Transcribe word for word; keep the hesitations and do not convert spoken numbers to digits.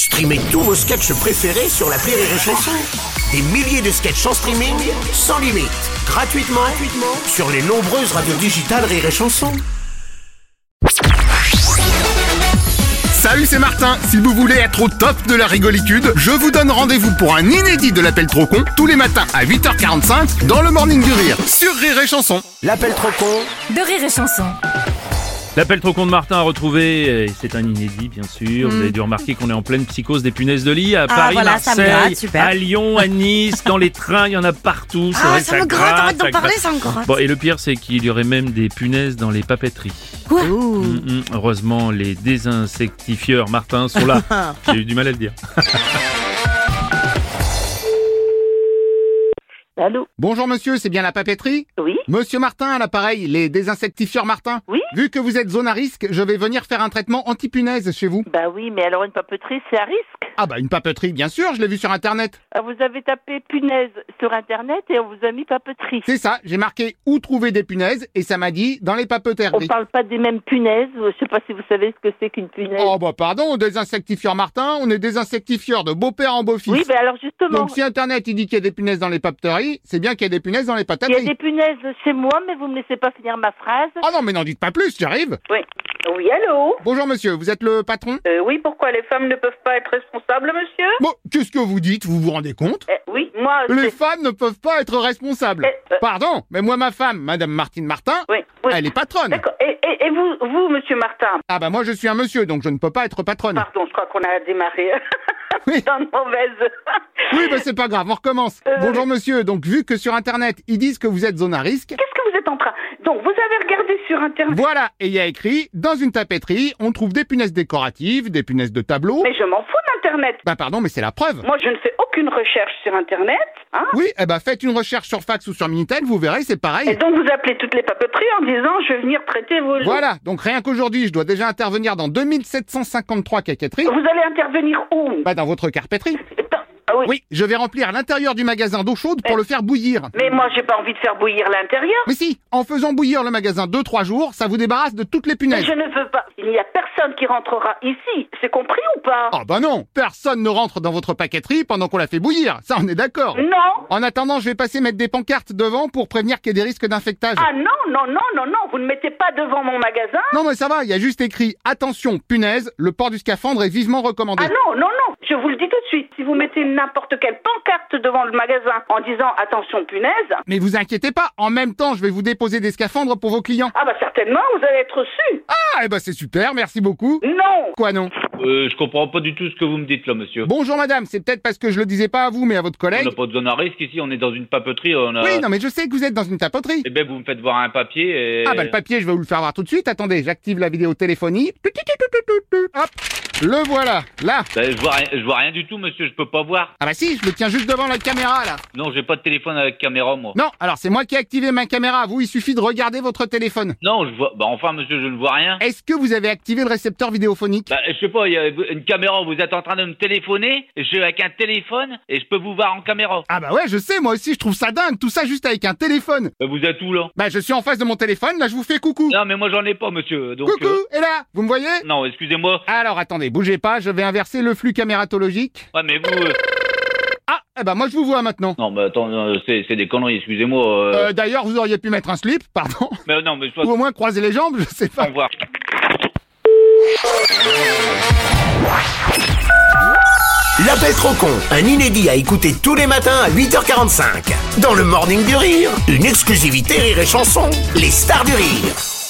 Streamez tous vos sketchs préférés sur l'appli Rire et Chanson. Des milliers de sketchs en streaming, sans limite, gratuitement, gratuitement sur les nombreuses radios digitales Rire et Chanson. Salut, c'est Martin. Si vous voulez être au top de la rigolitude, je vous donne rendez-vous pour un inédit de l'appel trop con tous les matins à huit heures quarante-cinq dans le Morning du Rire sur Rire et Chanson. L'appel trop con de Rire et Chanson. L'appel trop con de Martin à retrouver, et c'est un inédit bien sûr. Mm. Vous avez dû remarquer qu'on est en pleine psychose des punaises de lit à Ah, Paris, voilà, ça me Marseille, gratte, super. à Lyon, à Nice, dans les trains, il y en a partout. C'est Ah, vrai que ça me gratte, arrête d'en ça parler, gratte. ça me gratte. Bon, et le pire, c'est qu'il y aurait même des punaises dans les papeteries. Quoi Mm, mm. Heureusement, les désinsectifieurs Martin sont là. J'ai eu du mal à le dire. Allô? Bonjour monsieur, c'est bien la papeterie? Oui? Monsieur Martin à l'appareil, les désinsectifieurs Martin. Oui? Vu que vous êtes zone à risque, je vais venir faire un traitement anti-punaise chez vous. Bah oui, mais alors une papeterie, c'est à risque. Ah bah une papeterie, bien sûr, je l'ai vu sur internet. Ah, vous avez tapé punaise sur internet et on vous a mis papeterie. C'est ça, j'ai marqué où trouver des punaises et ça m'a dit dans les On papeteries. parle pas des mêmes punaises. Je sais pas si vous savez ce que c'est qu'une punaise. Oh bah pardon, désinsectifieurs Martin, on est désinsectifieurs de beau-père en beau-fils. Oui, mais alors justement, Donc si internet il dit qu'il y a des punaises dans les papeteries, c'est bien qu'il y a des punaises dans les il y a patateries. des punaises chez moi, mais vous me laissez pas finir ma phrase. Ah non mais n'en dites pas plus, j'arrive. Oui. Oui, allô? Bonjour monsieur, vous êtes le patron? Euh, oui, pourquoi les femmes ne peuvent pas être responsables, monsieur? Bon, qu'est-ce que vous dites, vous vous rendez compte? Eh, oui, moi, Les c'est... femmes ne peuvent pas être responsables. Eh, euh- Pardon, mais moi ma femme, madame Martine Martin, Oui, oui. elle est patronne. D'accord. Et, et, et vous, vous, monsieur Martin? Ah bah moi je suis un monsieur, donc je ne peux pas être patronne. Pardon, je crois qu'on a démarré Oui. dans de mauvaise... Oui bah c'est pas grave, on recommence. Euh- Bonjour monsieur, donc vu que sur internet ils disent que vous êtes zone à risque, Qu'est-ce que vous êtes en train... Donc, vous avez regardé sur internet... voilà, et il y a écrit, dans une tapeterie, on trouve des punaises décoratives, des punaises de tableau. Mais je m'en fous d'Internet. Bah pardon, mais c'est la preuve. Moi, je ne fais aucune recherche sur Internet. Hein. Oui, eh bah faites une recherche sur fax ou sur Minitel, vous verrez, c'est Et pareil. donc, vous appelez toutes les papeteries en disant, je vais venir traiter vos... Voilà, donc rien qu'aujourd'hui, je dois déjà intervenir dans deux mille sept cent cinquante-trois caquetteries. Vous allez intervenir où? Bah dans votre carpetterie. Attends, ah oui. Oui, je vais remplir l'intérieur du magasin d'eau chaude pour Eh. le faire bouillir. Mais moi, j'ai pas envie de faire bouillir l'intérieur. Mais si, en faisant bouillir le magasin deux trois jours, ça vous débarrasse de toutes les Mais punaises. je ne veux pas. Il n'y a personne qui rentrera ici. C'est compris ou pas? Oh bah non, personne ne rentre dans votre paqueterie pendant qu'on la fait bouillir, ça on est d'accord. Non. En attendant, je vais passer mettre des pancartes devant pour prévenir qu'il y a des risques d'infectage. Ah non, non, non, non, non. Vous ne mettez pas devant mon magasin. Non mais ça va, il y a juste écrit « Attention, punaise, le port du scaphandre est vivement recommandé Ah non, non, non. Je vous le dis tout de suite. Si vous mettez n'importe quelle pancarte devant le magasin en disant, attention, punaise... » Mais vous inquiétez pas, en même temps, je vais vous déposer des scaphandres pour vos clients. Ah bah certainement, vous allez être reçu. Ah, eh bah c'est super, merci beaucoup. Non. Quoi non? Euh, je comprends pas du tout ce que vous me dites là, monsieur. Bonjour madame, c'est peut-être parce que je le disais pas à vous mais à votre On collègue. n'a pas de zone à risque ici, on est dans une papeterie, on a... Oui, non mais je sais que vous êtes dans une tapoterie. Eh ben, vous me faites voir un papier et... Ah bah le papier, je vais vous le faire voir tout de suite. Attendez, j'active la vidéo téléphonie. Hop, le voilà, là. Ben, je vois rien, je vois rien du tout, monsieur, je peux pas voir. Ah bah si, je le tiens juste devant la caméra là. Non, j'ai pas de téléphone avec caméra, moi. Non, alors c'est moi qui ai activé ma caméra. Vous, il suffit de regarder votre téléphone. Non, je vois... Bah, enfin, monsieur, je ne vois rien. Est-ce que vous avez activé le récepteur vidéophonique? Bah, je sais pas, il y a une caméra, vous êtes en train de me téléphoner, je suis avec un téléphone et je peux vous voir en caméra. Ah bah ouais, je sais, moi aussi, je trouve ça dingue. Tout ça juste avec un téléphone. Bah, vous êtes où, là? Bah je suis en face de mon téléphone, là je vous fais coucou. Non, mais moi, j'en ai pas, monsieur, donc... Coucou, euh, et là, vous me voyez? Non, excusez-moi. Alors attendez, bougez pas, je vais inverser le flux camératologique. Ouais, mais vous... euh, Ah, eh ben moi je vous vois maintenant. Non, mais attends, euh, c'est c'est des conneries, excusez-moi. Euh... Euh, d'ailleurs, vous auriez pu mettre un slip, pardon. Mais non, mais je Ou au moins croiser les jambes, je sais Au pas. revoir. L'appel trop con, un inédit à écouter tous les matins à huit heures quarante-cinq. Dans le Morning du Rire, une exclusivité Rire et Chanson, les stars du rire.